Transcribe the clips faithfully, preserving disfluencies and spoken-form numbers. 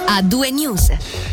A due News.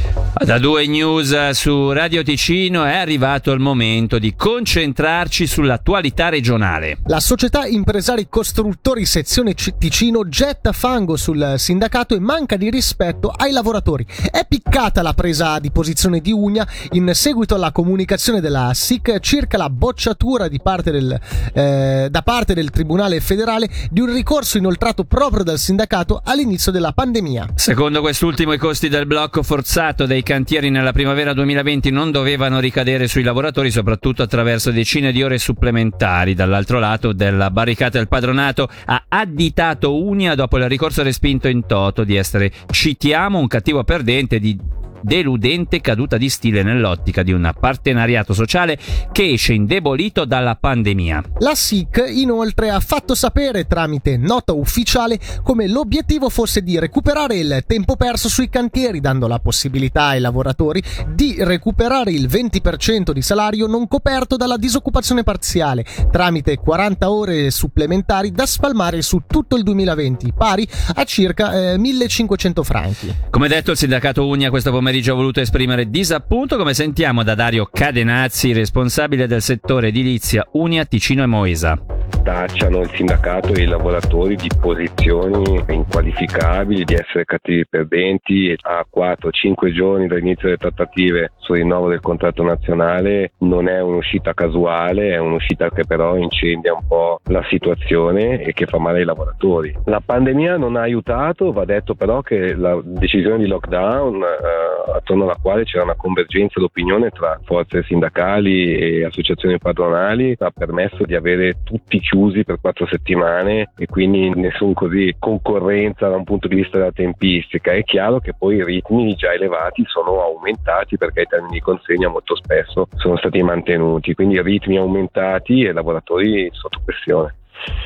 Da due News su Radio Ticino è arrivato il momento di concentrarci sull'attualità regionale. La società Impresari Costruttori Sezione Ticino getta fango sul sindacato e manca di rispetto ai lavoratori. È piccata la presa di posizione di Ugna in seguito alla comunicazione della S I C circa la bocciatura di parte del, eh, da parte del Tribunale federale di un ricorso inoltrato proprio dal sindacato all'inizio della pandemia. Secondo quest'ultimo, i costi del blocco forzato dei cantieri nella primavera duemilaventi non dovevano ricadere sui lavoratori, soprattutto attraverso decine di ore supplementari. Dall'altro lato della barricata, il patronato ha additato Unia dopo il ricorso respinto in toto di essere, citiamo, un cattivo perdente di deludente caduta di stile nell'ottica di un partenariato sociale che esce indebolito dalla pandemia. La S I C inoltre ha fatto sapere tramite nota ufficiale come l'obiettivo fosse di recuperare il tempo perso sui cantieri, dando la possibilità ai lavoratori di recuperare il venti per cento di salario non coperto dalla disoccupazione parziale tramite quaranta ore supplementari da spalmare su tutto il duemilaventi, pari a circa eh, millecinquecento franchi. Come detto, il sindacato Unia questo pomeriggio ha voluto esprimere disappunto, come sentiamo da Dario Cadenazzi, responsabile del settore edilizia Unia Ticino e Moesa. Tacciano il sindacato e i lavoratori di posizioni inqualificabili, di essere cattivi perdenti. A quattro cinque giorni dall'inizio delle trattative sul rinnovo del contratto nazionale non è un'uscita casuale, è un'uscita che però incendia un po' la situazione e che fa male ai lavoratori. La pandemia non ha aiutato, va detto però che la decisione di lockdown eh, attorno alla quale c'era una convergenza d'opinione tra forze sindacali e associazioni padronali ha permesso di avere tutti chiusi per quattro settimane e quindi nessun così concorrenza da un punto di vista della tempistica. È chiaro che poi i ritmi già elevati sono aumentati perché i termini di consegna molto spesso sono stati mantenuti, quindi ritmi aumentati e lavoratori sotto pressione.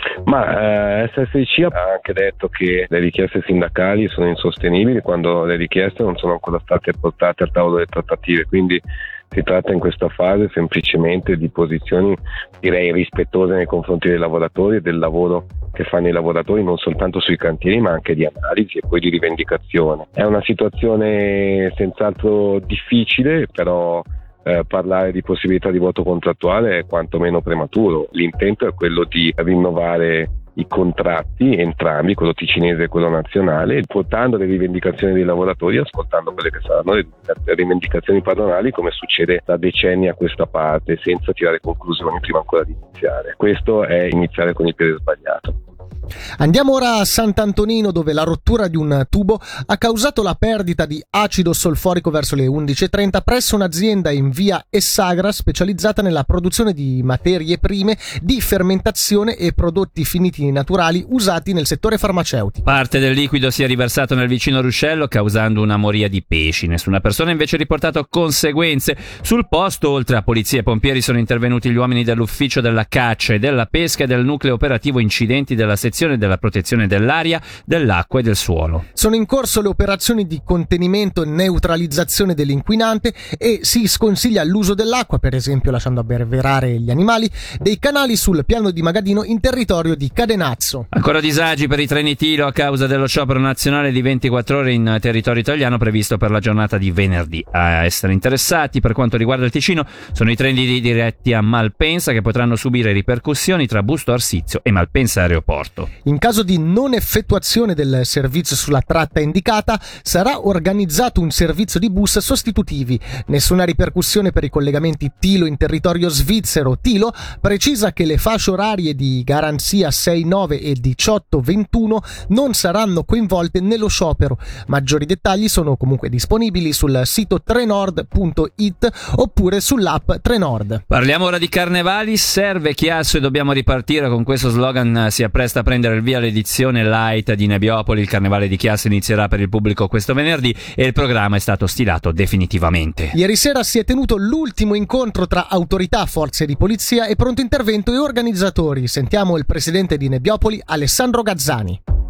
Ma eh, S S I C ha anche detto che le richieste sindacali sono insostenibili quando le richieste non sono ancora state portate al tavolo delle trattative, quindi si tratta in questa fase semplicemente di posizioni, direi, rispettose nei confronti dei lavoratori e del lavoro che fanno i lavoratori, non soltanto sui cantieri ma anche di analisi e poi di rivendicazione. È una situazione senz'altro difficile, però Eh, parlare di possibilità di voto contrattuale è quantomeno prematuro. L'intento è quello di rinnovare i contratti, entrambi, quello ticinese e quello nazionale, portando le rivendicazioni dei lavoratori, ascoltando quelle che saranno le rivendicazioni padronali, come succede da decenni a questa parte, senza tirare conclusioni prima ancora di iniziare. Questo è iniziare con il piede sbagliato. Andiamo ora a Sant'Antonino, dove la rottura di un tubo ha causato la perdita di acido solforico verso le undici e trenta presso un'azienda in via Essagra specializzata nella produzione di materie prime di fermentazione e prodotti finiti naturali usati nel settore farmaceutico. Parte del liquido si è riversato nel vicino ruscello, causando una moria di pesci. Nessuna persona invece ha riportato conseguenze. Sul posto, oltre a polizia e pompieri, sono intervenuti gli uomini dell'ufficio della caccia e della pesca e del nucleo operativo incidenti della sezione della protezione dell'aria, dell'acqua e del suolo. Sono in corso le operazioni di contenimento e neutralizzazione dell'inquinante e si sconsiglia l'uso dell'acqua, per esempio lasciando abbeverare gli animali, dei canali sul piano di Magadino in territorio di Cadenazzo. Ancora disagi per i treni Tilo a causa dello sciopero nazionale di ventiquattro ore in territorio italiano previsto per la giornata di venerdì. A essere interessati per quanto riguarda il Ticino sono i treni diretti a Malpensa, che potranno subire ripercussioni tra Busto Arsizio e Malpensa Aeroporto. In caso di non effettuazione del servizio sulla tratta indicata, sarà organizzato un servizio di bus sostitutivi. Nessuna ripercussione per i collegamenti Tilo in territorio svizzero. Tilo precisa che le fasce orarie di garanzia sei nove e diciotto ventuno non saranno coinvolte nello sciopero. Maggiori dettagli sono comunque disponibili sul sito trenord punto it oppure sull'app Trenord. Parliamo ora di carnevali. Serve chiasso e dobbiamo ripartire. Con questo slogan si appresta a prendere il via l'edizione light di Nebbiopoli. Il carnevale di Chiasso inizierà per il pubblico questo venerdì e il programma è stato stilato definitivamente. Ieri sera si è tenuto l'ultimo incontro tra autorità, forze di polizia e pronto intervento e organizzatori. Sentiamo il presidente di Nebbiopoli, Alessandro Gazzani.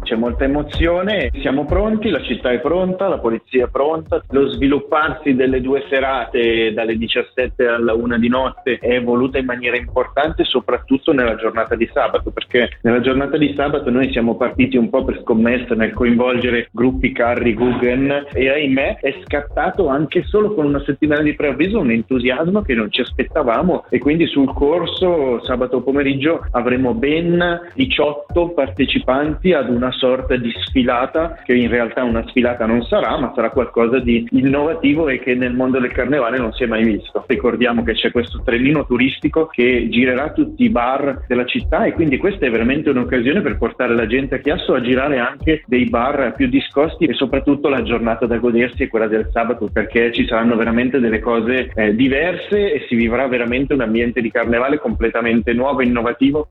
c'è molta emozione, siamo pronti, la città è pronta, la polizia è pronta, lo svilupparsi delle due serate dalle diciassette alla una di notte è evoluta in maniera importante, soprattutto nella giornata di sabato, perché nella giornata di sabato noi siamo partiti un po' per scommessa nel coinvolgere gruppi carri Guggen e ahimè è scattato anche solo con una settimana di preavviso un entusiasmo che non ci aspettavamo, e quindi sul corso sabato pomeriggio avremo ben diciotto partecipanti ad una sorta di sfilata, che in realtà una sfilata non sarà, ma sarà qualcosa di innovativo e che nel mondo del carnevale non si è mai visto. Ricordiamo che c'è questo trenino turistico che girerà tutti i bar della città, e quindi questa è veramente un'occasione per portare la gente a Chiasso a girare anche dei bar più discosti, e soprattutto la giornata da godersi è quella del sabato, perché ci saranno veramente delle cose eh, diverse e si vivrà veramente un ambiente di carnevale completamente nuovo e innovativo.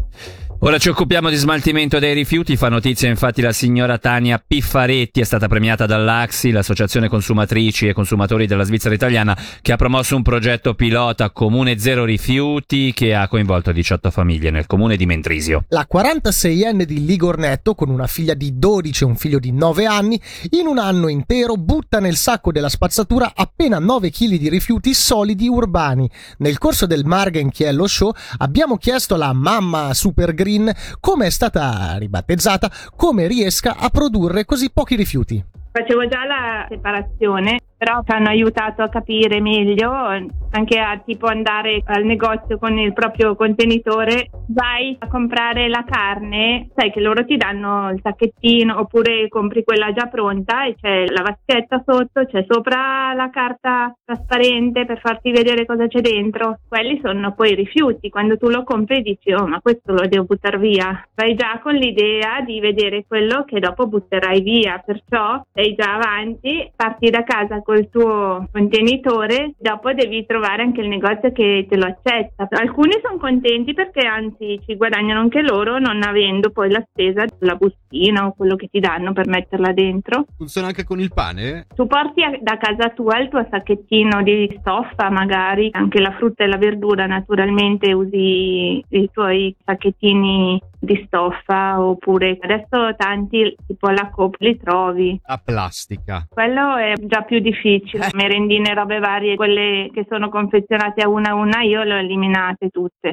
Ora ci occupiamo di smaltimento dei rifiuti. Fa notizia infatti la signora Tania Piffaretti, è stata premiata dall'A C S I, l'Associazione Consumatrici e Consumatori della Svizzera Italiana, che ha promosso un progetto pilota Comune Zero Rifiuti che ha coinvolto diciotto famiglie nel comune di Mendrisio. La quarantaseienne di Ligornetto, con una figlia di dodici e un figlio di nove anni, in un anno intero butta nel sacco della spazzatura appena nove chili di rifiuti solidi urbani. Nel corso del Margenchiello Show abbiamo chiesto alla mamma Super Green come è stata ribattezzata, come riesca a produrre così pochi rifiuti. Facevo già la separazione, però ci hanno aiutato a capire meglio, anche a tipo andare al negozio con il proprio contenitore, vai a comprare la carne, sai che loro ti danno il sacchettino, oppure compri quella già pronta e c'è la vaschetta sotto, c'è sopra la carta trasparente per farti vedere cosa c'è dentro. Quelli sono poi i rifiuti, quando tu lo compri dici oh ma questo lo devo buttare via, vai già con l'idea di vedere quello che dopo butterai via, perciò sei già avanti, parti da casa col tuo contenitore, dopo devi trovare anche il negozio che te lo accetta. Alcuni sono contenti perché anzi ci guadagnano anche loro, non avendo poi la spesa della bustina o quello che ti danno per metterla dentro. Funziona anche con il pane? Tu porti a, da casa tua il tuo sacchettino di stoffa, magari anche la frutta e la verdura, naturalmente usi i tuoi sacchettini di stoffa, oppure adesso tanti tipo alla Coop li trovi a plastica. Quello è già più difficile. Eh. Merendine, robe varie, quelle che sono confezionate a una a una io le ho eliminate tutte.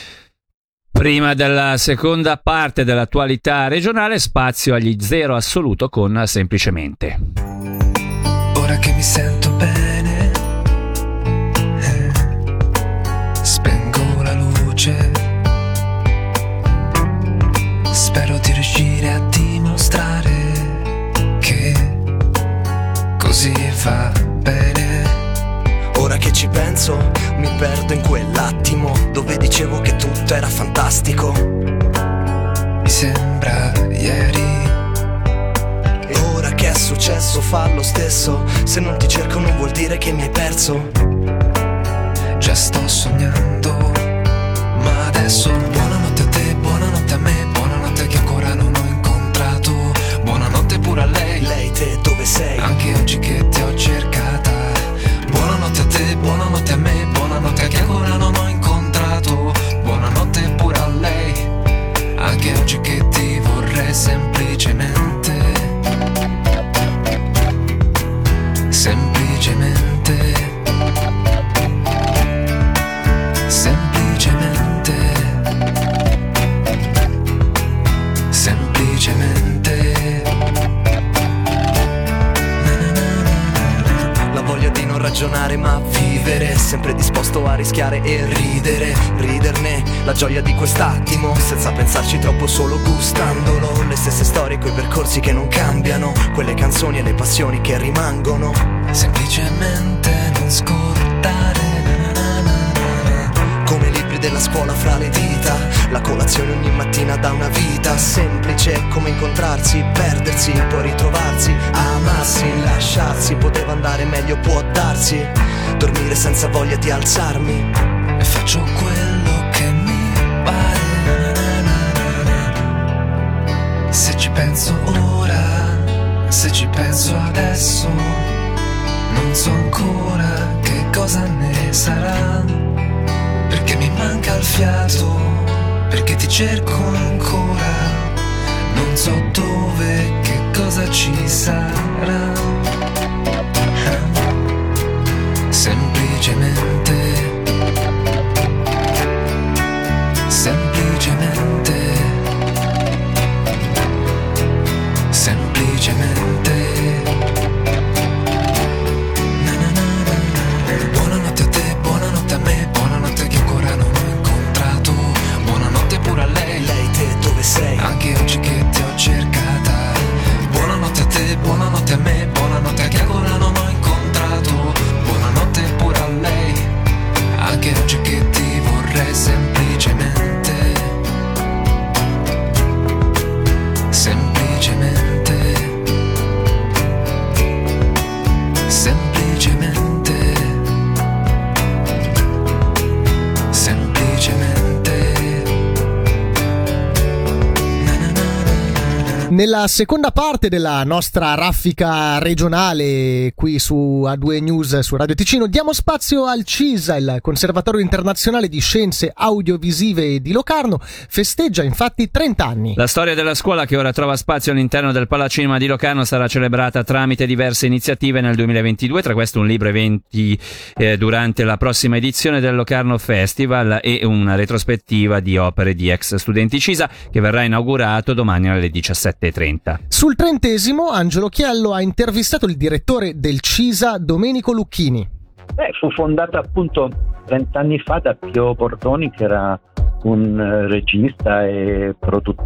Prima della seconda parte dell'attualità regionale, spazio agli zero assoluto con Semplicemente. Ora che mi sento bene, eh, spengo la luce. Spero di riuscire a dimostrare che così va bene. Ora che ci penso, mi perdo in quell'attimo dove dicevo che tutto era fantastico. Mi sembra ieri. E ora che è successo fa lo stesso. Se non ti cerco non vuol dire che mi hai perso. Già sto sognando, ma adesso buonanotte a te, buonanotte a me, buonanotte che ancora non ho incontrato. Buonanotte pure a lei. Lei te dove sei? Anche oggi che ti ho cercata. Buonanotte a te, buonanotte a me, buonanotte che ancora non ho incontrato. Buonanotte pure a lei. Anche oggi che ti vorrei semplicemente. Semplicemente. Semplicemente. Semplicemente. La voglia di non ragionare ma vivere, sempre disposto a rischiare e ridere, riderne la gioia di quest'attimo, senza pensarci troppo, solo gustandolo. Le stesse storie coi percorsi che non cambiano, quelle canzoni e le passioni che rimangono. Semplicemente non scordare, come libri della scuola fra le dita, la colazione ogni mattina da una vita. Semplice come incontrarsi, perdersi, poi ritrovarsi, amarsi, lasciarsi. Poteva andare meglio, può darsi, dormire senza voglia di alzarmi. E faccio quello che mi pare. Se ci penso ora, se ci penso adesso, non so ancora che cosa ne sarà. Perché mi manca il fiato, perché ti cerco ancora. Non non so dove, che cosa ci sarà. Semplicemente, semplicemente, semplicemente. Na na na na na. Buonanotte a te, buonanotte a me, buonanotte che ancora non ho incontrato. Buonanotte pure a lei, lei te dove sei? Anche oggi che ti ho cercata. Buonanotte a te, buonanotte a me, buonanotte a chi ancora non ho incontrato. Buonanotte pure a lei, anche oggi che ti vorrei semplicemente, semplicemente, semplicemente, semplicemente. Na na na na na. Nella seconda parte della nostra raffica regionale qui su A due News su Radio Ticino diamo spazio al CISA, il Conservatorio Internazionale di Scienze Audiovisive di Locarno, festeggia infatti trenta anni. La storia della scuola, che ora trova spazio all'interno del Palacinema di Locarno, sarà celebrata tramite diverse iniziative nel duemilaventidue, tra queste un libro eventi eh, durante la prossima edizione del Locarno Festival e una retrospettiva di opere di ex studenti CISA che verrà inaugurato domani alle diciassette e trenta. Sul trentesimo Angelo Chiello ha intervistato il direttore del CISA Domenico Lucchini. Beh, fu fondata appunto trent'anni fa da Pio Bordoni, che era un eh, regista e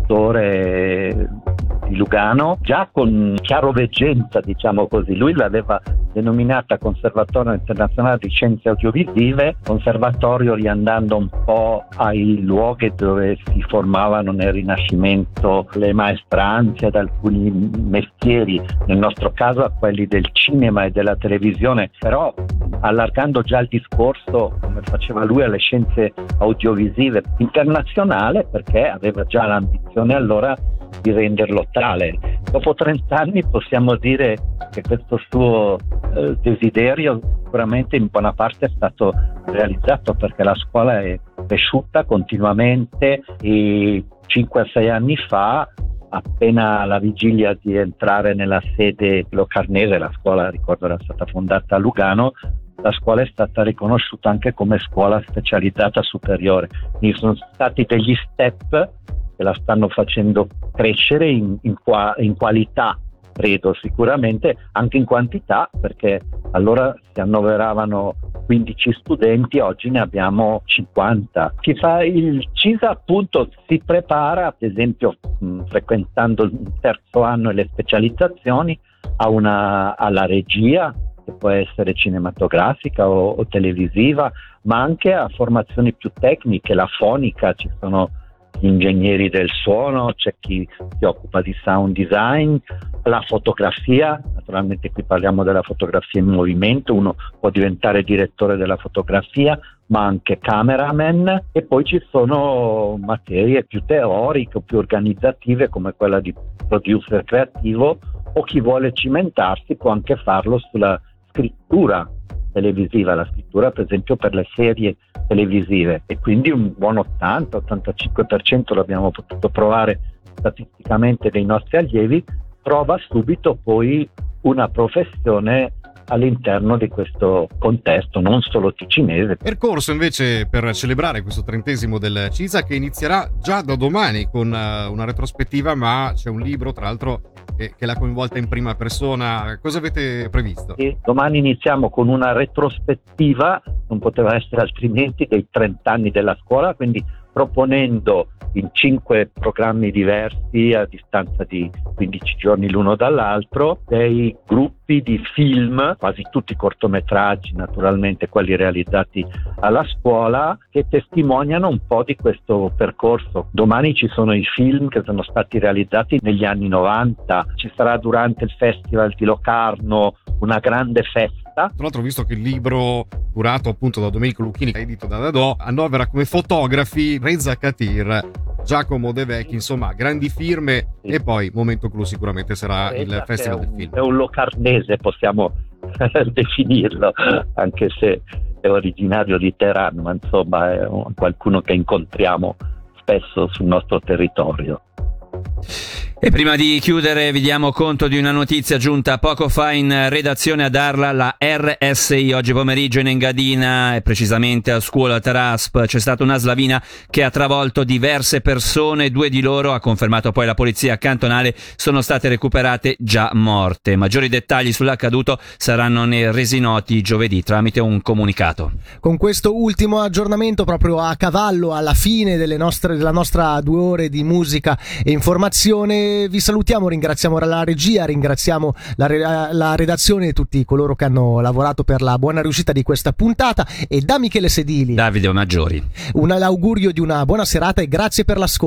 produttore di Lugano, già con chiaroveggenza, diciamo così. Lui l'aveva denominata Conservatorio Internazionale di Scienze Audiovisive, conservatorio riandando un po' ai luoghi dove si formavano nel Rinascimento le maestranze ad alcuni mestieri, nel nostro caso a quelli del cinema e della televisione, però allargando già il discorso, come faceva lui, alle scienze audiovisive internazionale, perché aveva già l'ambizione allora di renderlo tale. Dopo trenta anni possiamo dire che questo suo eh, desiderio sicuramente in buona parte è stato realizzato, perché la scuola è cresciuta continuamente e cinque sei anni fa, appena alla vigilia di entrare nella sede locarnese, la scuola, ricordo, era stata fondata a Lugano, la scuola è stata riconosciuta anche come scuola specializzata superiore. Quindi sono stati degli step che la stanno facendo crescere in, in, qua, in qualità, credo, sicuramente anche in quantità, perché allora si annoveravano quindici studenti, oggi ne abbiamo cinquanta. Chi fa il CISA appunto si prepara, ad esempio mh, frequentando il terzo anno e le specializzazioni, a una, alla regia, che può essere cinematografica o, o televisiva, ma anche a formazioni più tecniche, la fonica, ci sono gli ingegneri del suono, c'è chi si occupa di sound design, la fotografia, naturalmente qui parliamo della fotografia in movimento, uno può diventare direttore della fotografia, ma anche cameraman, e poi ci sono materie più teoriche o più organizzative come quella di producer creativo, o chi vuole cimentarsi può anche farlo sulla scrittura televisiva, la scrittura per esempio per le serie televisive, e quindi un buon ottanta ottantacinque per cento l'abbiamo potuto provare statisticamente dei nostri allievi trova subito poi una professione all'interno di questo contesto non solo ticinese. Percorso invece per celebrare questo trentesimo del CISA che inizierà già da domani con uh, una retrospettiva, ma c'è un libro tra l'altro che, che l'ha coinvolta in prima persona. Cosa avete previsto? E domani iniziamo con una retrospettiva, non poteva essere altrimenti, dei trenta anni della scuola, quindi proponendo in cinque programmi diversi a distanza di quindici giorni l'uno dall'altro dei gruppi di film, quasi tutti cortometraggi naturalmente, quelli realizzati alla scuola, che testimoniano un po' di questo percorso. Domani ci sono i film che sono stati realizzati negli anni novanta, ci sarà durante il Festival di Locarno una grande festa. Tra l'altro, visto che il libro curato appunto da Domenico Lucchini, edito da Dadò, annovera come fotografi Reza Katir, Giacomo De Vecchi, insomma grandi firme, sì. E poi momento clou sicuramente sarà Reza, il Festival del Film. È un locarnese, possiamo definirlo, anche se è originario di Teheran, ma insomma è un, qualcuno che incontriamo spesso sul nostro territorio. E prima di chiudere vi diamo conto di una notizia giunta poco fa in redazione a darla la R S I. Oggi pomeriggio in Engadina, e precisamente a scuola Tarasp, c'è stata una slavina che ha travolto diverse persone. Due di loro, ha confermato poi la polizia cantonale, sono state recuperate già morte. Maggiori dettagli sull'accaduto saranno resi noti giovedì tramite un comunicato. Con questo ultimo aggiornamento, proprio a cavallo alla fine delle nostre, della nostra due ore di musica e informazione, vi salutiamo, ringraziamo la regia, ringraziamo la, la redazione e tutti coloro che hanno lavorato per la buona riuscita di questa puntata, e da Michele Sedili, Davide Maggiori, un l'augurio di una buona serata e grazie per l'ascolto.